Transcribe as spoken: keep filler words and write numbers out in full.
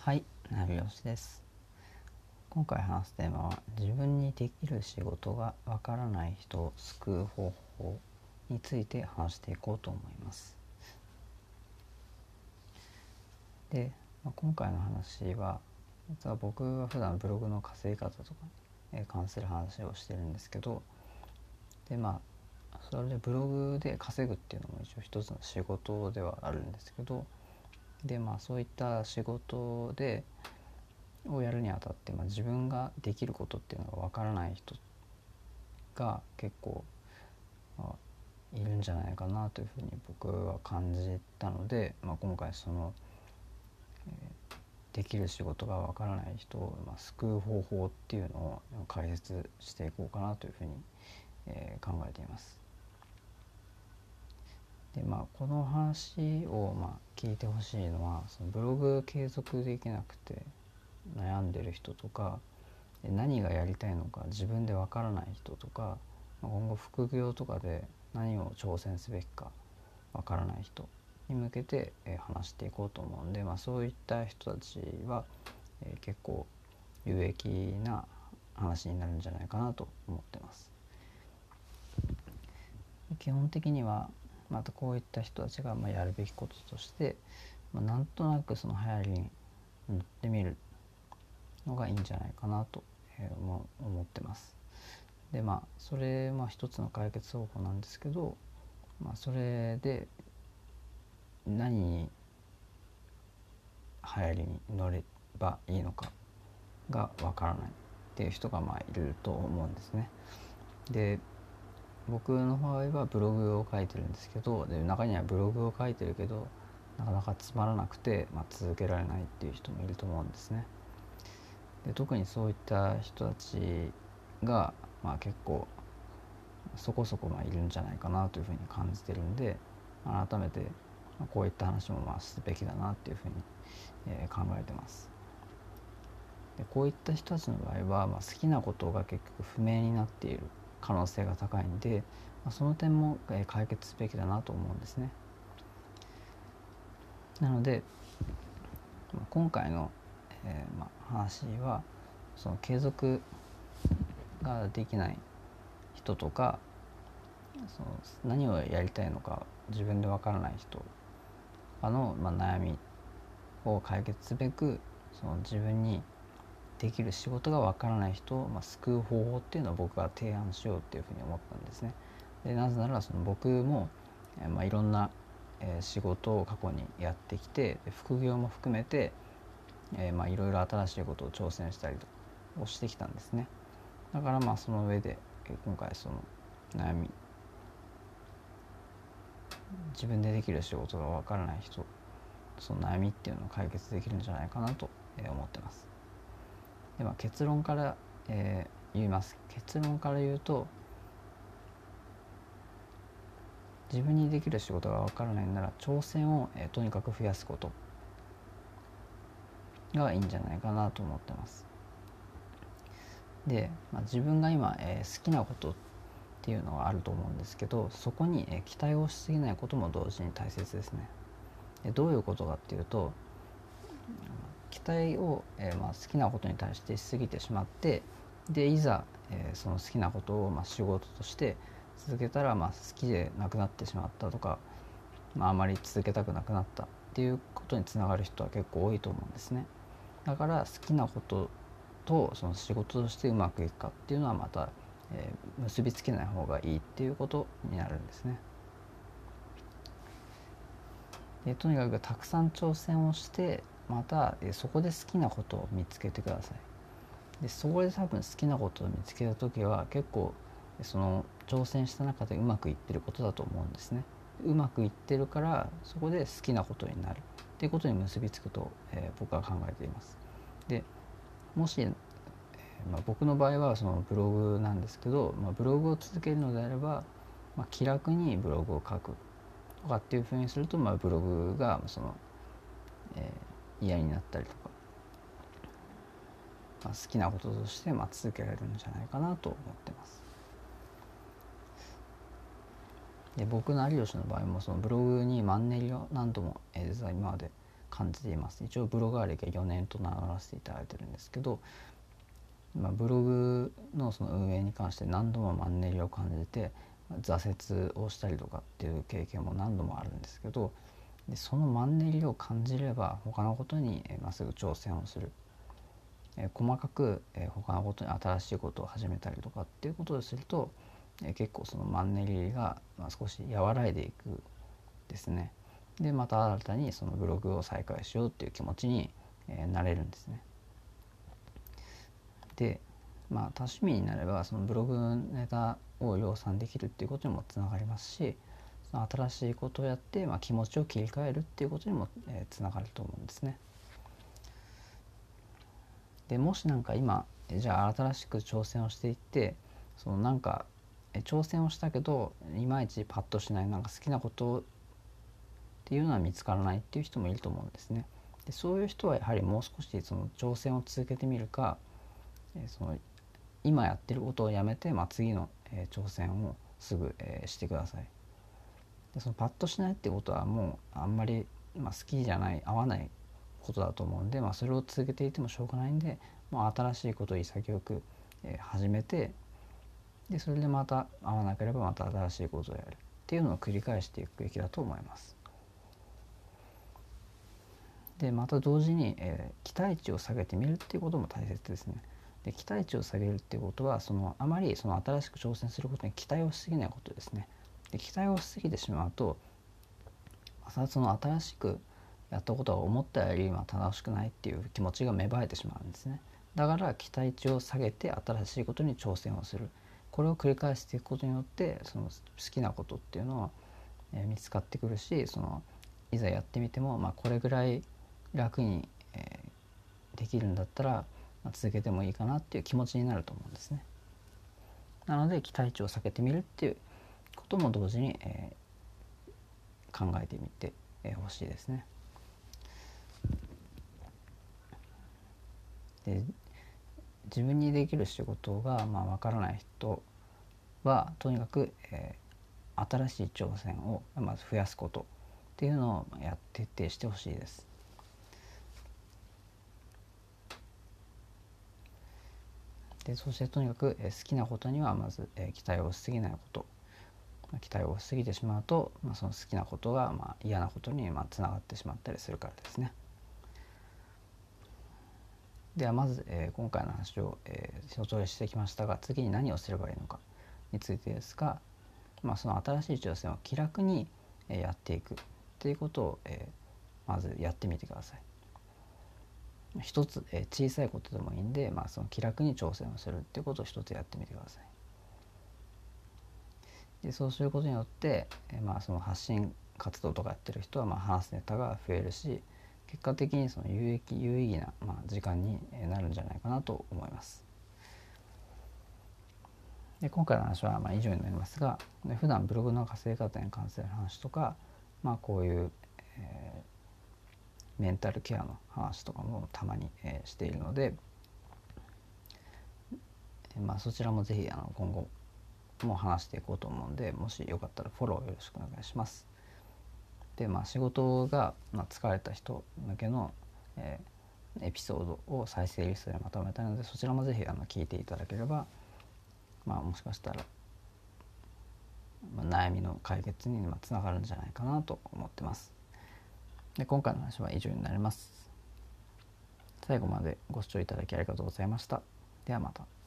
はい、なるよしです。今回話すテーマは、自分にできる仕事がわからない人を救う方法について話していこうと思います。で、まあ、今回の話は、実は僕は普段ブログの稼ぎ方とかに関する話をしてるんですけど、でまあそれでブログで稼ぐっていうのも一応一つの仕事ではあるんですけど、でまあそういった仕事でをやるにあたって、まあ、自分ができることっていうのがわからない人が結構、まあ、いるんじゃないかなというふうに僕は感じたので、まあ、今回その、えーできる仕事がわからない人を、まあ、救う方法っていうのを解説していこうかなというふうに、えー考えています。でまあこの話を、まあ、聞いてほしいのは、そのブログ継続できなくて悩んでる人とか、何がやりたいのか自分でわからない人とか、今後副業とかで何を挑戦すべきかわからない人に向けて話していこうと思うんで、まあ、そういった人たちは結構有益な話になるんじゃないかなと思ってます。基本的にはまたこういった人たちがやるべきこととして、まあ、なんとなくその流行りに乗ってみるのがいいんじゃないかなと思ってます。でまあそれまあ一つの解決方法なんですけど、まあ、それで何に流行りに乗ればいいのかがわからないっていう人がまあいると思うんですね。で僕の場合はブログを書いてるんですけど、で中にはブログを書いてるけどなかなかつまらなくて、まあ、続けられないっていう人もいると思うんですね。で特にそういった人たちが、まあ、結構そこそこまあいるんじゃないかなというふうに感じてるんで、改めてこういった話もまあすべきだなっていうふうに、えー、考えてます。でこういった人たちの場合は、まあ、好きなことが結局不明になっている可能性が高いんで、まあ、その点も、えー、解決すべきだなと思うんですね。なので、まあ、今回の、えーまあ、話はその継続ができない人とか、その何をやりたいのか自分でわからない人の、まあ、悩みを解決すべく、その自分にできる仕事がわからない人を、まあ、救う方法っていうのを僕が提案しようっていうふうに思ったんですね。でなぜならその僕も、えーまあ、いろんな、えー仕事を過去にやってきて、副業も含めて、えーまあ、いろいろ新しいことを挑戦したりとしてきたんですね。だからまあその上で、えー今回その悩み、自分でできる仕事がわからない人、その悩みっていうのを解決できるんじゃないかなと思ってます。で、まあ、結論から、えー、言います。結論から言うと、自分にできる仕事がわからないなら挑戦を、えー、とにかく増やすことがいいんじゃないかなと思ってます。で、まあ、自分が今、えー、好きなことっていうのはあると思うんですけど、そこに、えー、期待をしすぎないことも同時に大切ですね。でどういうことかっていうと、期待を、えーまあ、好きなことに対してしすぎてしまって、でいざ、えー、その好きなことを、まあ、仕事として続けたら、まあ、好きでなくなってしまったとか、まあ、あまり続けたくなくなったっていうことにつながる人は結構多いと思うんですね。だから好きなこととその仕事としてうまくいくかっていうのはまた、えー、結びつけない方がいいっていうことになるんですね。でとにかくたくさん挑戦をして、また、えー、そこで好きなことを見つけてください。でそこで多分好きなことを見つけた時は結構その挑戦した中でうまくいってることだと思うんですね。うまくいってるからそこで好きなことになるっていうことに結びつくと、えー、僕は考えています。でもし、えーまあ、僕の場合はそのブログなんですけど、まあ、ブログを続けるのであれば、まあ、気楽にブログを書くとかっていうふうにすると、まあ、ブログがその、えー、嫌になったりとか、まあ、好きなこととしてまあ続けられるんじゃないかなと思ってます。で僕の有吉の場合もそのブログにマンネリを何度も、えー、実は今まで感じています。一応ブロガー歴はよねんと名乗らせていただいてるんですけど、まあ、ブログのその運営に関して何度もマンネリを感じて挫折をしたりとかっていう経験も何度もあるんですけど、でそのマンネリを感じれば他のことにまっすぐ挑戦をする、え細かく他のことに新しいことを始めたりとかっていうことをすると、え結構そのマンネリが少し和らいでいくですね。でまた新たにそのブログを再開しようっていう気持ちになれるんですね。でまあ多趣味になればそのブログネタを量産できるっていうことにもつながりますし、その新しいことをやって、まあ、気持ちを切り替えるっていうことにも、えー、つながると思うんですね。でもしなんか今じゃあ新しく挑戦をしていって、そのなんか挑戦をしたけどいまいちパッとしない、なんか好きなことっていうのは見つからないっていう人もいると思うんですね。でそういう人はやはりもう少しその挑戦を続けてみるか、その今やってることをやめて、まあ、次の、えー、挑戦をすぐ、えー、してください。でそのパッとしないってことはもうあんまり、まあ、好きじゃない合わないことだと思うんで、まあ、それを続けていてもしょうがないんで、もう新しいことを潔く、えー、始めて、でそれでまた合わなければまた新しいことをやるっていうのを繰り返していくべきだと思います。でまた同時に、えー、期待値を下げてみるっていうことも大切ですね。で期待値を下げるっていうことは、そのあまりその新しく挑戦することに期待をしすぎないことですね。で期待をしすぎてしまうと、またその新しくやったことが思ったよりまあ楽しくないっていう気持ちが芽生えてしまうんですね。だから期待値を下げて新しいことに挑戦をする、これを繰り返していくことによって、その好きなことっていうのは、えー、見つかってくるし、そのいざやってみても、まあ、これぐらい楽に、えー、できるんだったら、まあ、続けてもいいかなっていう気持ちになると思うんですね。なので期待値を下げてみるっていうことも同時に、えー、考えてみてほしいですね。で自分にできる仕事がまあ分からない人はとにかく、えー、新しい挑戦をまず増やすことっていうのをや徹底してほしいです。でそしてとにかく、えー、好きなことにはまず、えー、期待をしすぎないこと。期待をしすぎてしまうと、まあ、その好きなことがまあ嫌なことにまあつながってしまったりするからですね。ではまず、えー、今回の話を、えー、一通りしてきましたが、次に何をすればいいのかについてですが、まあ、その新しい挑戦を気楽に、えー、やっていくっていうことを、えー、まずやってみてください。一つ、えー、小さいことでもいいんで、まあ、その気楽に挑戦をするっていうことを一つやってみてください。でそうすることによって、えーまあ、その発信活動とかやってる人はまあ話すネタが増えるし、結果的にその有益有意義な、まあ、時間になるんじゃないかなと思います。で今回の話はまあ以上になりますが、普段ブログの稼ぎ方に関する話とか、まあ、こういう、えー、メンタルケアの話とかもたまに、えー、しているので、まあ、そちらもぜひあの今後も話していこうと思うんで、もしよかったらフォローよろしくお願いします。でまあ仕事が、まあ、疲れた人向けの、えー、エピソードを再生リストでまとめたので、そちらもぜひあの聞いていただければ、まあ、もしかしたら、まあ、悩みの解決につながるんじゃないかなと思ってます。で今回の話は以上になります。最後までご視聴いただきありがとうございました。ではまた。